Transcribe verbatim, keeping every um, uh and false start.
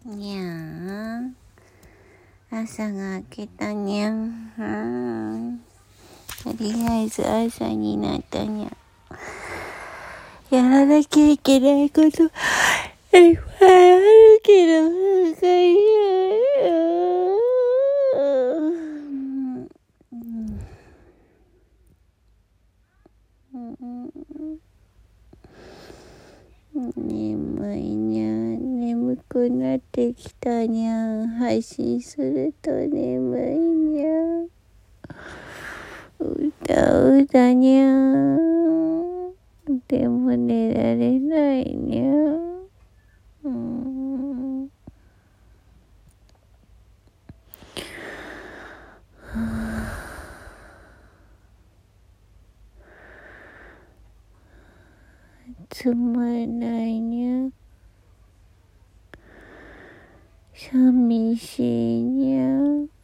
にゃー朝が明けたにゃん。うん。とりあえず朝になったにゃん。やらなきゃいけないこといっぱいあるけど、なんかいいよ。眠いにゃん。眠くなってきたにゃん。配信すると眠いにゃん。うだうだにゃん。でも寝られないにゃん。うーん。つまんないにゃん。寂しいにゃん。